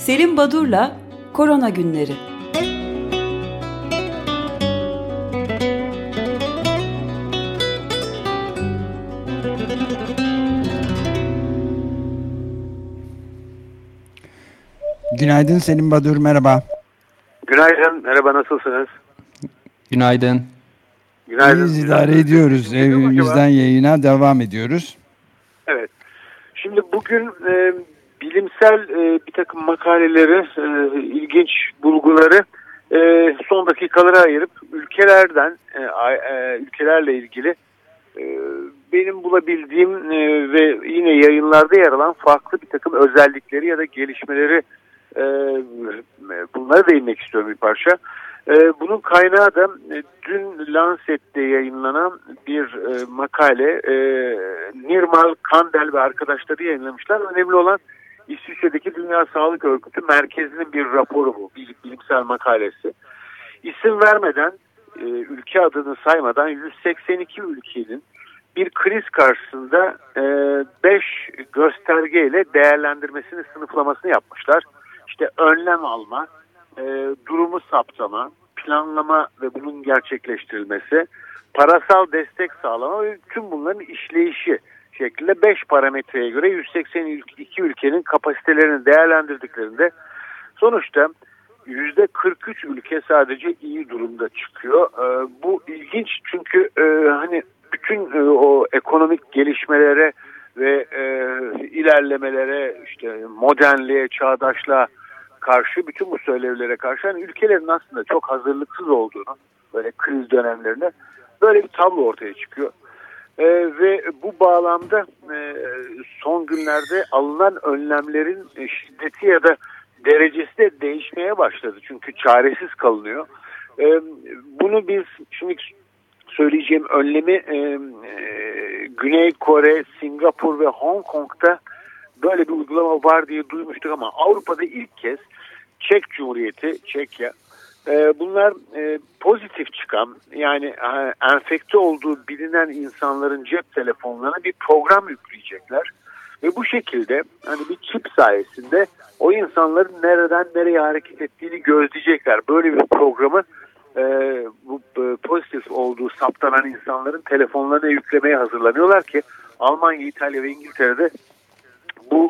Selim Badur'la Korona Günleri. Günaydın Selim Badur, merhaba. Günaydın, merhaba, nasılsınız? Günaydın. Günaydın. İyiyiz, idare ediyoruz. Evimizden yayına devam ediyoruz. Evet. Şimdi bugün bilimsel bir takım makaleleri, ilginç bulguları son dakikalara ayırıp ülkelerle ilgili benim bulabildiğim ve yine yayınlarda yer alan farklı bir takım özellikleri ya da gelişmeleri bunlara değinmek istiyorum bir parça. Bunun kaynağı da dün Lancet'te yayınlanan bir makale. Nirmal Kandel ve arkadaşları yayınlamışlar. Önemli olan İsviçre'deki Dünya Sağlık Örgütü merkezinin bir raporu bu. Bilimsel makalesi. İsim vermeden, ülke adını saymadan 182 ülkenin bir kriz karşısında 5 göstergeyle değerlendirmesini, sınıflamasını yapmışlar. İşte önlem alma, durumu saptama, planlama ve bunun gerçekleştirilmesi, parasal destek sağlama ve tüm bunların işleyişi şeklinde 5 parametreye göre 182 ülkenin kapasitelerini değerlendirdiklerinde sonuçta %43 ülke sadece iyi durumda çıkıyor. Bu ilginç çünkü hani bütün o ekonomik gelişmelere ve ilerlemelere, işte modernliğe, çağdaşlığa karşı, bütün bu söylevlere karşı hani ülkelerin aslında çok hazırlıksız olduğunu, böyle kriz dönemlerinde böyle bir tablo ortaya çıkıyor. Ve bu bağlamda son günlerde alınan önlemlerin şiddeti ya da derecesi de değişmeye başladı. Çünkü çaresiz kalınıyor. Bunu biz şimdi söyleyeceğim önlemi Güney Kore, Singapur ve Hong Kong'da böyle bir uygulama var diye duymuştuk ama Avrupa'da ilk kez Çek Cumhuriyeti, Çekya, bunlar pozitif çıkan, yani enfekte olduğu bilinen insanların cep telefonlarına bir program yükleyecekler. Ve bu şekilde hani bir çip sayesinde o insanların nereden nereye hareket ettiğini gözleyecekler. Böyle bir programı bu pozitif olduğu saptanan insanların telefonlarına yüklemeye hazırlanıyorlar ki Almanya, İtalya ve İngiltere'de bu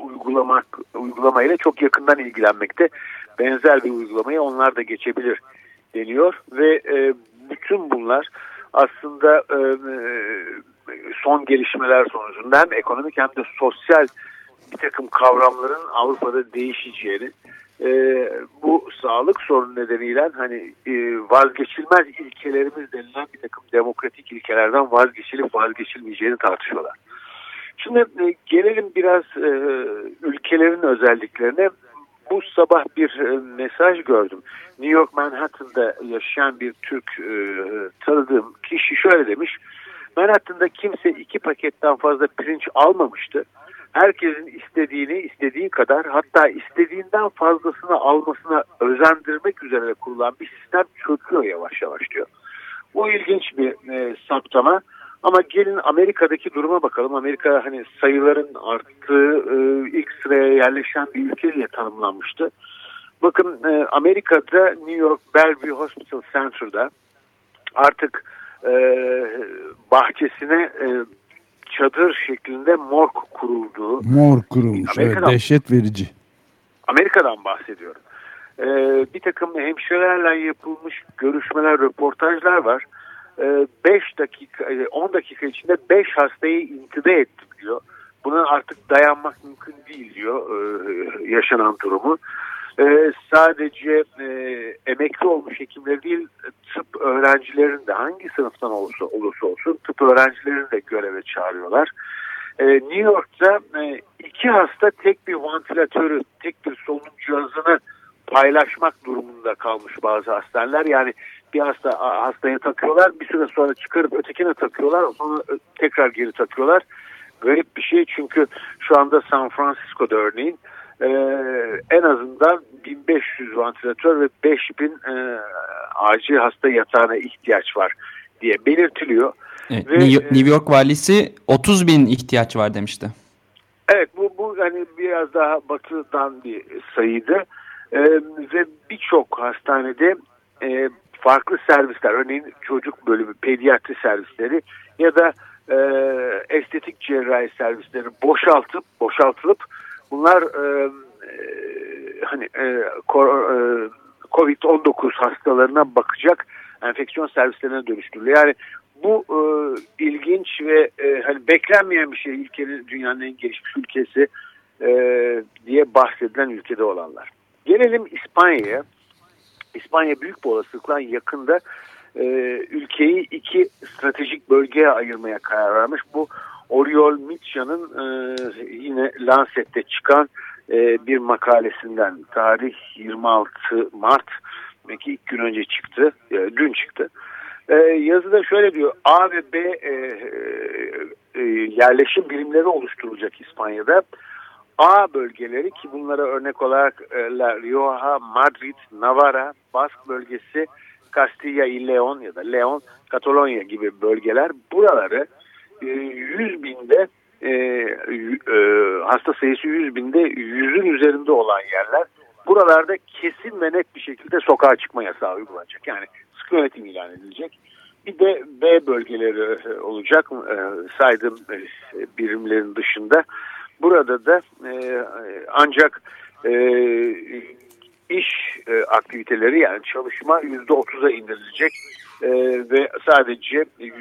uygulamayla çok yakından ilgilenmekte. Benzer bir uygulamaya onlar da geçebilir deniyor ve bütün bunlar aslında son gelişmeler sonucunda hem ekonomik hem de sosyal bir takım kavramların Avrupa'da değişeceğini, bu sağlık sorunu nedeniyle hani vazgeçilmez ilkelerimiz denilen bir takım demokratik ilkelerden vazgeçilip vazgeçilmeyeceğini tartışıyorlar. Şimdi gelelim biraz ülkelerin özelliklerine. Bu sabah bir mesaj gördüm. New York Manhattan'da yaşayan bir Türk tanıdığım kişi şöyle demiş. Manhattan'da kimse 2 paketten fazla pirinç almamıştı. Herkesin istediği kadar, hatta istediğinden fazlasını almasına özendirmek üzere kurulan bir sistem çöküyor yavaş yavaş diyor. Bu ilginç bir saptama. Ama gelin Amerika'daki duruma bakalım. Amerika hani sayıların arttığı, ilk sıraya yerleşen bir ülke diye tanımlanmıştı. Bakın Amerika'da New York Bellevue Hospital Center'da artık bahçesine çadır şeklinde morg kurulduğu. Morg kurulmuş, evet, dehşet verici. Amerika'dan bahsediyorum. Bir takım hemşirelerle yapılmış görüşmeler, röportajlar var. 10 dakika içinde 5 hastayı intübe etti diyor. Buna artık dayanmak mümkün değil diyor yaşanan durumu. Sadece emekli olmuş hekimler değil, tıp öğrencilerin de hangi sınıftan olursa olsun tıp öğrencilerini de göreve çağırıyorlar. New York'ta 2 hasta tek bir vantilatörü, tek bir solunum cihazını paylaşmak durumunda kalmış bazı hastaneler. Yani bir hastaya takıyorlar, bir süre sonra çıkarıp ötekine takıyorlar, sonra tekrar geri takıyorlar. Garip bir şey çünkü şu anda San Francisco'da örneğin en azından 1500 vantilatör ve 5000 acil hasta yatağına ihtiyaç var diye belirtiliyor. Evet, ve New York valisi 30.000 ihtiyaç var demişti. Evet, bu hani biraz daha batıdan bir sayıydı. Ve birçok hastanede farklı servisler, örneğin çocuk bölümü, pediatri servisleri ya da estetik cerrahi servisleri boşaltılıp bunlar COVID-19 hastalarına bakacak enfeksiyon servislerine dönüştürülüyor. Yani bu ilginç ve hani beklenmeyen bir şey, dünyanın en gelişmiş ülkesi diye bahsedilen ülkede olanlar. Gelelim İspanya'ya. İspanya büyük bir olasılıkla yakında ülkeyi iki stratejik bölgeye ayırmaya karar vermiş. Bu Oriol Mitja'nın yine Lancet'te çıkan bir makalesinden, tarih 26 Mart, belki 2 gün önce çıktı, dün çıktı. Yazıda şöyle diyor: A ve B yerleşim birimleri oluşturulacak İspanya'da. A bölgeleri, ki bunlara örnek olarak La Rioja, Madrid, Navarra, Bask bölgesi, Castilla y León ya da León, Katalonya gibi bölgeler, buraları 100 binde hasta sayısı 100 binde 100'ün üzerinde olan yerler. Buralarda kesin ve net bir şekilde sokağa çıkma yasağı uygulanacak. Yani sıkı yönetim ilan edilecek. Bir de B bölgeleri olacak saydığım birimlerin dışında. Burada da ancak iş aktiviteleri, yani çalışma %30'a indirilecek ve sadece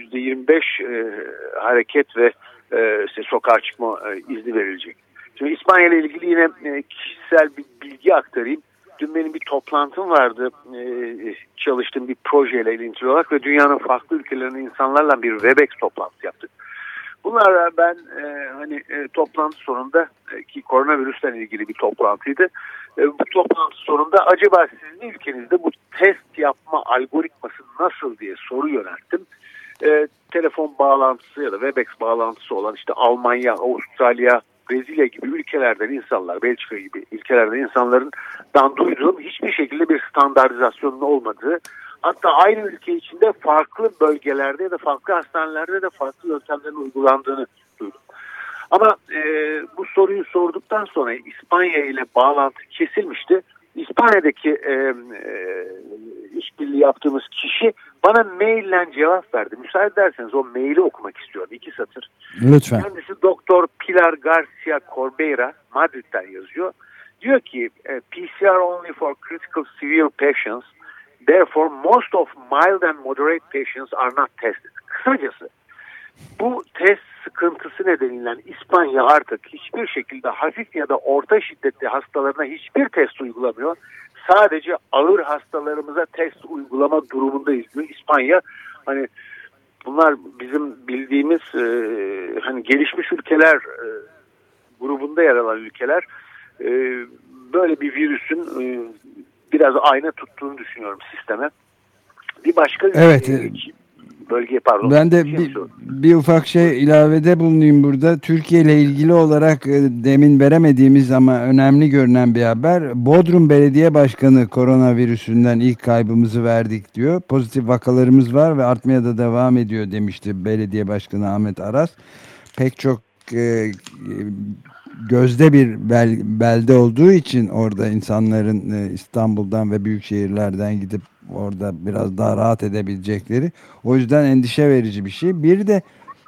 %25 hareket ve sokağa çıkma izni verilecek. Şimdi İspanya ile ilgili yine kişisel bir bilgi aktarayım. Dün benim bir toplantım vardı, çalıştığım bir projeyle ilintili olarak ve dünyanın farklı ülkelerinin insanlarla bir Webex toplantısı yaptık. Bunlarla ben toplantı sonunda, ki koronavirüsle ilgili bir toplantıydı. Bu toplantı sonunda acaba sizin ülkenizde bu test yapma algoritması nasıl diye soru yönelttim. Telefon bağlantısı ya da Webex bağlantısı olan işte Almanya, Avustralya, Brezilya gibi ülkelerden insanlar, Belçika gibi ülkelerden insanlardan duyduğum hiçbir şekilde bir standartizasyonun olmadığı, hatta aynı ülke içinde farklı bölgelerde ya da farklı hastanelerde de farklı yöntemlerin uygulandığını duydum. Ama bu soruyu sorduktan sonra İspanya ile bağlantı kesilmişti. İspanya'daki işbirliği yaptığımız kişi bana maille cevap verdi. Müsaade ederseniz o maili okumak istiyorum. 2 satır. Lütfen. Kendisi Doktor Pilar Garcia Corbeira, Madrid'den yazıyor. Diyor ki PCR only for critical severe patients. Therefore, most of mild and moderate patients are not tested. Kısacası bu test sıkıntısı nedeniyle İspanya artık hiçbir şekilde hafif ya da orta şiddetli hastalarına hiçbir test uygulamıyor. Sadece ağır hastalarımıza test uygulama durumundayız diyor İspanya. Hani bunlar bizim bildiğimiz hani gelişmiş ülkeler grubunda yer alan ülkeler, böyle bir virüsün biraz ayna tuttuğunu düşünüyorum sisteme. Bir başka bölgeye pardon. Ben de bir ufak ilavede bulunayım burada. Türkiye ile ilgili olarak demin veremediğimiz ama önemli görünen bir haber. Bodrum Belediye Başkanı koronavirüsünden ilk kaybımızı verdik diyor. Pozitif vakalarımız var ve artmaya da devam ediyor demişti Belediye Başkanı Ahmet Aras. Pek çok gözde bir belde olduğu için orada insanların İstanbul'dan ve büyük şehirlerden gidip orada biraz daha rahat edebilecekleri. O yüzden endişe verici bir şey. Bir de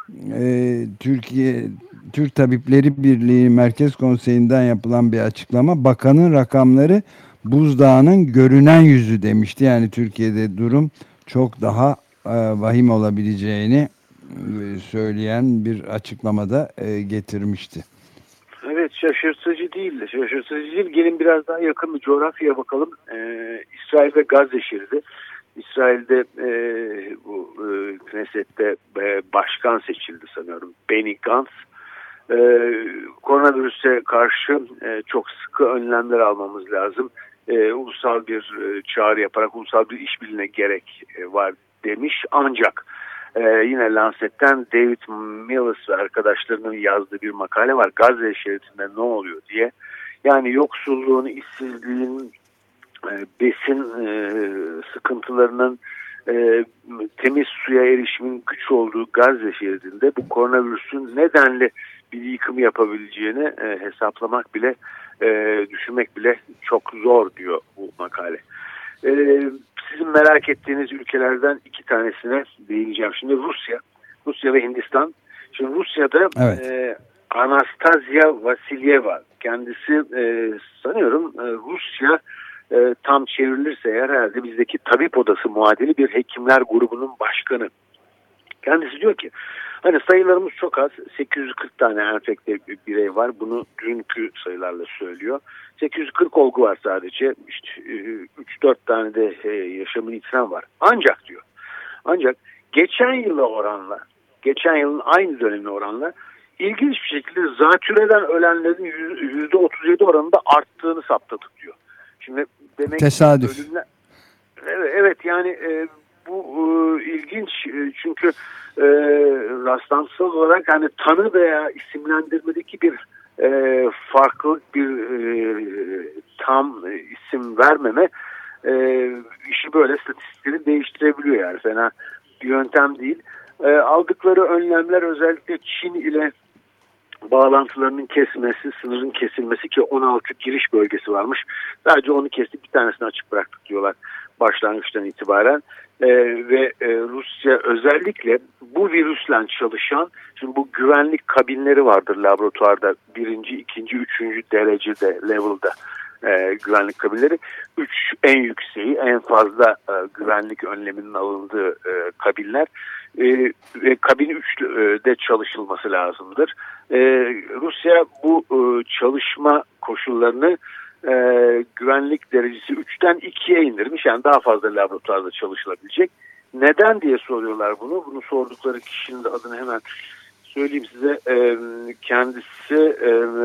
Türk Tabipleri Birliği Merkez Konseyi'nden yapılan bir açıklama. Bakanın rakamları buzdağının görünen yüzü demişti. Yani Türkiye'de durum çok daha vahim olabileceğini söyleyen bir açıklamada getirmişti. Evet, şaşırtıcı değil. Şaşırtıcı değil. Gelin biraz daha yakın bir coğrafyaya bakalım. İsrail ve Gazze şeridi. İsrail'de bu Knesset'te başkan seçildi sanıyorum. Benny Gantz. Koronavirüse karşı çok sıkı önlemler almamız lazım. Ulusal bir çağrı yaparak ulusal bir işbirliğine gerek var demiş. Ancak yine Lancet'ten David Mills ve arkadaşlarının yazdığı bir makale var. Gazze şeridinde ne oluyor diye. Yani yoksulluğun, işsizliğin, besin sıkıntılarının, temiz suya erişimin güç olduğu Gazze şeridinde bu koronavirüsün nedenle bir yıkım yapabileceğini hesaplamak bile, düşünmek bile çok zor diyor bu makale. Sizin merak ettiğiniz ülkelerden iki tanesine değineceğim. Şimdi Rusya ve Hindistan. Şimdi Rusya'da evet. Anastasia Vasilyeva, kendisi sanıyorum Rusya tam çevrilirse eğer herhalde bizdeki tabip odası muadili bir hekimler grubunun başkanı. Kendisi diyor ki hani sayılarımız çok az, 840 tane enfekte birey var, bunu dünkü sayılarla söylüyor. 840 olgu var sadece, işte 3-4 tane de yaşamını yitiren var. Ancak geçen yılın aynı dönemine oranla ilginç bir şekilde zatürreden ölenlerin %37 oranında arttığını saptadık diyor. Şimdi demek tesadüf. Ölümler, evet yani bu ilginç çünkü rastlantısal olarak hani tanı veya isimlendirmedeki bir farklılık, bir tam isim vermeme işi böyle statistikleri değiştirebiliyor, yani fena bir yöntem değil. Aldıkları önlemler özellikle Çin ile bağlantılarının kesmesi, sınırın kesilmesi, ki 16 giriş bölgesi varmış. Sadece onu kestik, bir tanesini açık bıraktık diyorlar başlangıçtan itibaren. Ve Rusya özellikle bu virüsle çalışan, şimdi bu güvenlik kabinleri vardır laboratuvarda, 1., 2., 3. derecede, level'da güvenlik kabinleri. 3 en yükseği, en fazla güvenlik önleminin alındığı kabinler. Ve kabin 3'de çalışılması lazımdır. Rusya bu çalışma koşullarını güvenlik derecesi 3'ten 2'ye indirmiş. Yani daha fazla laboratuvarda çalışılabilecek. Neden diye soruyorlar bunu. Bunu sordukları kişinin de adını hemen söyleyeyim size. Kendisi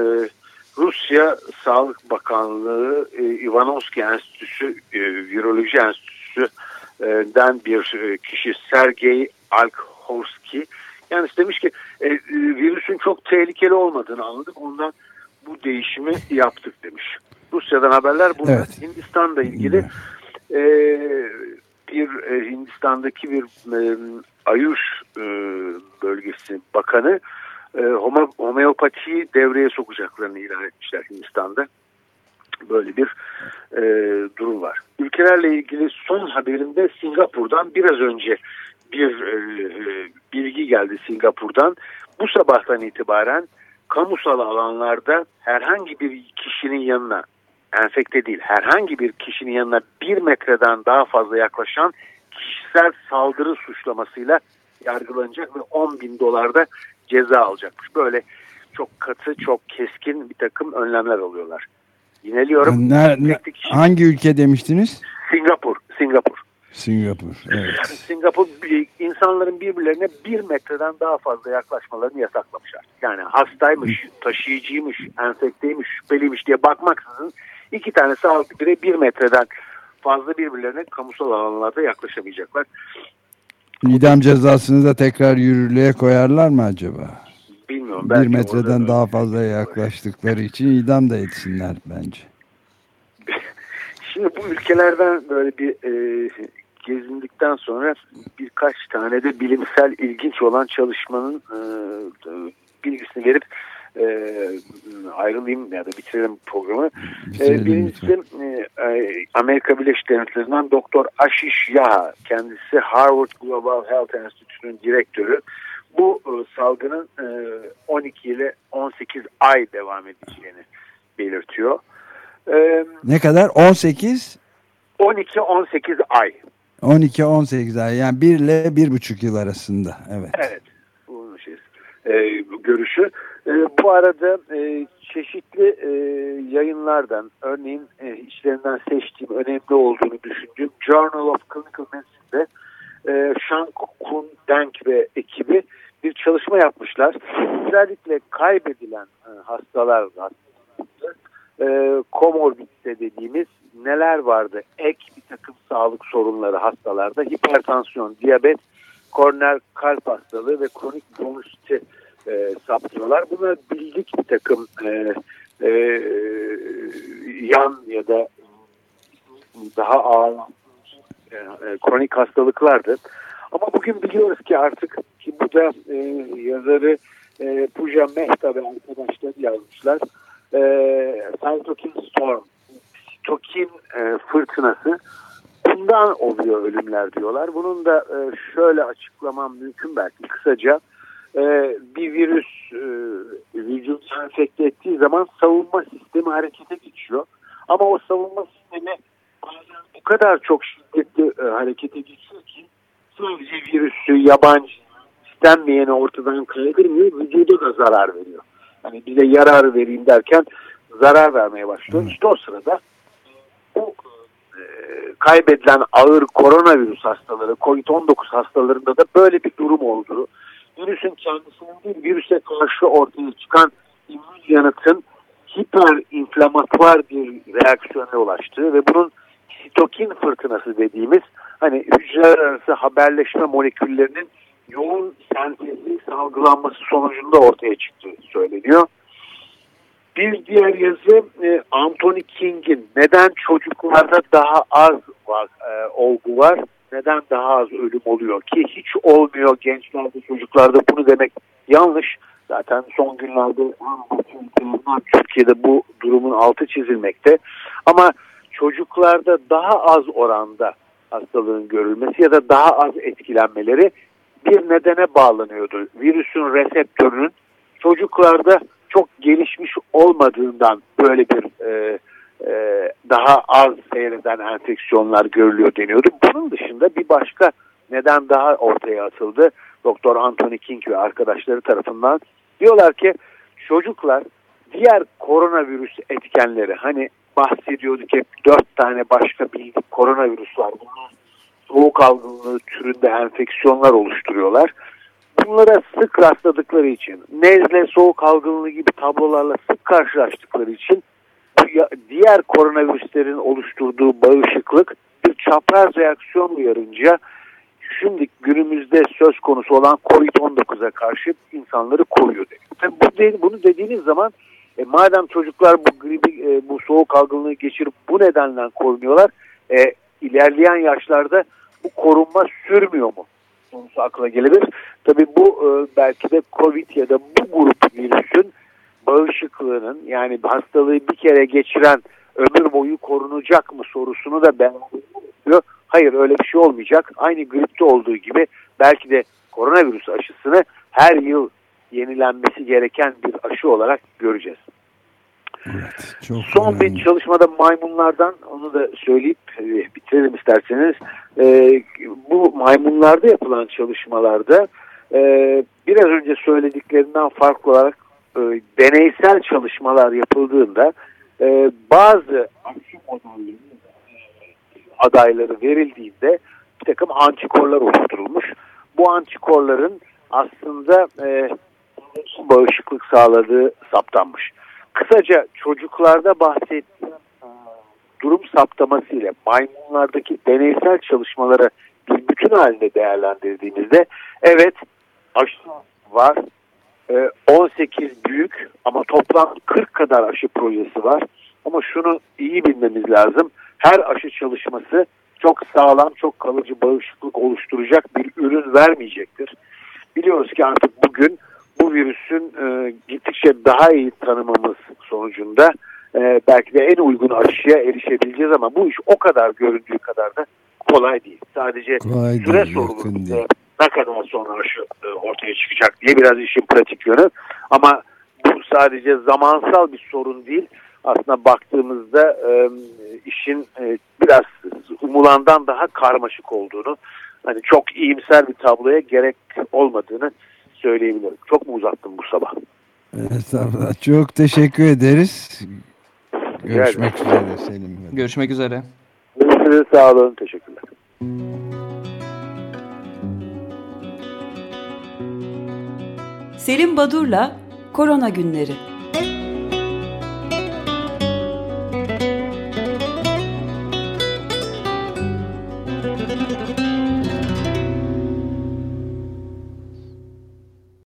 Rusya Sağlık Bakanlığı Ivanovski Enstitüsü, Viroloji Enstitüsü'den bir kişi, Sergey Alkhorski. Yani demiş ki virüsün çok tehlikeli olmadığını anladık. Ondan bu değişimi yaptık demiş. Rusya'dan haberler bunlar. Evet. Hindistan'la ilgili Hindistan'daki bir Ayuş bölgesi bakanı homeopatiyi devreye sokacaklarını ilan etmişler Hindistan'da. Böyle bir durum var. Ülkelerle ilgili son haberimde Singapur'dan biraz önce bir bilgi geldi Singapur'dan. Bu sabahtan itibaren kamusal alanlarda herhangi bir kişinin yanına, enfekte değil, herhangi bir kişinin yanına 1 metreden daha fazla yaklaşan kişisel saldırı suçlamasıyla yargılanacak ve $10.000 da ceza alacakmış. Böyle çok katı, çok keskin bir takım önlemler alıyorlar. Yineliyorum. Hangi ülke demiştiniz? Singapur, evet. Singapur insanların birbirlerine 1 metreden daha fazla yaklaşmalarını yasaklamışlar. Yani hastaymış, taşıyıcıymış, enfekteymiş, şüpheliymiş diye bakmaksızın 2 tane sağlıklı birey 1 metreden fazla birbirlerine kamusal alanlarda yaklaşamayacaklar. İdam cezasını da tekrar yürürlüğe koyarlar mı acaba? Bilmiyorum. 1 metreden daha fazla yaklaştıkları için idam da etsinler bence. Şimdi bu ülkelerden böyle bir gezindikten sonra birkaç tane de bilimsel ilginç olan çalışmanın bilgisini verip ayrılayım ya da bitirelim programı. Birincisi Amerika Birleşik Devletleri'nden Doktor Ashish Jha, kendisi Harvard Global Health Enstitüsü'nün direktörü. Bu salgının 12 ile 18 ay devam edeceğini belirtiyor. Ne kadar? 18? 12-18 ay. 12-18 ay. Yani 1 ile 1,5 yıl arasında. Evet. Evet. Bu görüşü. Bu arada çeşitli yayınlardan, örneğin içlerinden seçtiğim, önemli olduğunu düşündüğüm Journal of Clinical Medicine'de Shankun Deng ve ekibi bir çalışma yapmışlar. Özellikle kaybedilen hastalar var. Komorbidite dediğimiz neler vardı? Ek bir takım sağlık sorunları hastalarda. Hipertansiyon, diyabet, koroner kalp hastalığı ve kronik bronşiti saptıyorlar. Bunlar bildik bir takım yan ya da daha ağır kronik hastalıklardı. Ama bugün biliyoruz ki artık ki bu da yazarı Pooja Mehta ve arkadaşları yazmışlar. Cytokine Storm, sitokin fırtınası, bundan oluyor ölümler diyorlar. Bunun da şöyle açıklamam mümkün belki kısaca. Bir virüs vücut enfekte ettiği zaman savunma sistemi harekete geçiyor. Ama o savunma sistemi bazen bu kadar çok şiddetli harekete geçiyor ki sadece virüsü, yabancı, istenmeyeni ortadan kaydırmıyor, vücuda da zarar veriyor. Hani bize yarar vereyim derken zarar vermeye başlıyor. İşte o sırada bu kaybedilen ağır koronavirüs hastaları, COVID-19 hastalarında da böyle bir durum olduğu, virüsün kendisinin değil, virüse karşı ortaya çıkan immün yanıtın hiperinflamatuar bir reaksiyona ulaştığı ve bunun sitokin fırtınası dediğimiz hani hücreler arası haberleşme moleküllerinin yoğun sentezi salgılanması sonucunda ortaya çıktığı söyleniyor. Bir diğer yazı Anthony King'in neden çocuklarda daha az olgu var, neden daha az ölüm oluyor ki hiç olmuyor gençlerde, çocuklarda, bunu demek yanlış. Zaten son günlerde Türkiye'de bu durumun altı çizilmekte. Ama çocuklarda daha az oranda hastalığın görülmesi ya da daha az etkilenmeleri bir nedene bağlanıyordu. Virüsün reseptörünün çocuklarda çok gelişmiş olmadığından böyle bir daha az seyreden enfeksiyonlar görülüyor deniyordu. Bunun dışında bir başka neden daha ortaya atıldı. Doktor Anthony King ve arkadaşları tarafından diyorlar ki çocuklar diğer koronavirüs etkenleri, hani bahsediyorduk hep 4 tane başka bildik koronavirüs var. Bunlar soğuk algınlığı türünde enfeksiyonlar oluşturuyorlar. Bunlara sık rastladıkları için, nezle, soğuk algınlığı gibi tablolarla sık karşılaştıkları için diğer koronavirüslerin oluşturduğu bağışıklık bir çapraz reaksiyon uyarınca şimdi günümüzde söz konusu olan COVID-19'a karşı insanları koruyor. Bunu dediğiniz zaman madem çocuklar bu gribi, bu soğuk algınlığı geçirip bu nedenden korunuyorlar, ilerleyen yaşlarda bu korunma sürmüyor mu? Sonusu akla gelebilir. Tabii bu belki de COVID ya da bu grup virüsün bağışıklığının, yani hastalığı bir kere geçiren ömür boyu korunacak mı sorusunu da ben diyor. Hayır, öyle bir şey olmayacak. Aynı gripte olduğu gibi belki de koronavirüs aşısını her yıl yenilenmesi gereken bir aşı olarak göreceğiz. Evet, çok son önemli. bir çalışmada maymunlardan, onu da söyleyip bitirelim isterseniz. Bu maymunlarda yapılan çalışmalarda biraz önce söylediklerinden farklı olarak deneysel çalışmalar yapıldığında bazı aşı modelleri adayları verildiğinde bir takım antikorlar oluşturulmuş. Bu antikorların aslında bağışıklık sağladığı saptanmış. Kısaca çocuklarda bahsettiğim durum saptaması ile maymunlardaki deneysel çalışmaları bir bütün halinde değerlendirdiğimizde evet, aşı var. 18 büyük ama toplam 40 kadar aşı projesi var. Ama şunu iyi bilmemiz lazım. Her aşı çalışması çok sağlam, çok kalıcı bağışıklık oluşturacak bir ürün vermeyecektir. Biliyoruz ki artık bugün bu virüsün gittikçe daha iyi tanımamız sonucunda belki de en uygun aşıya erişebileceğiz ama bu iş o kadar göründüğü kadar da kolay değil. Sadece süre sorunu ne kadar sonra aşı ortaya çıkacak diye biraz işin pratik yönü. Ama bu sadece zamansal bir sorun değil. Aslında baktığımızda işin biraz umulandan daha karmaşık olduğunu, hani çok iyimser bir tabloya gerek olmadığını söyleyebilirim. Çok mu uzattım bu sabah? Estağfurullah. Çok teşekkür ederiz. Görüşmek üzere Selim. Görüşmek üzere. Görüşürüz. Sağ olun. Teşekkürler. Selim Badur'la Korona Günleri.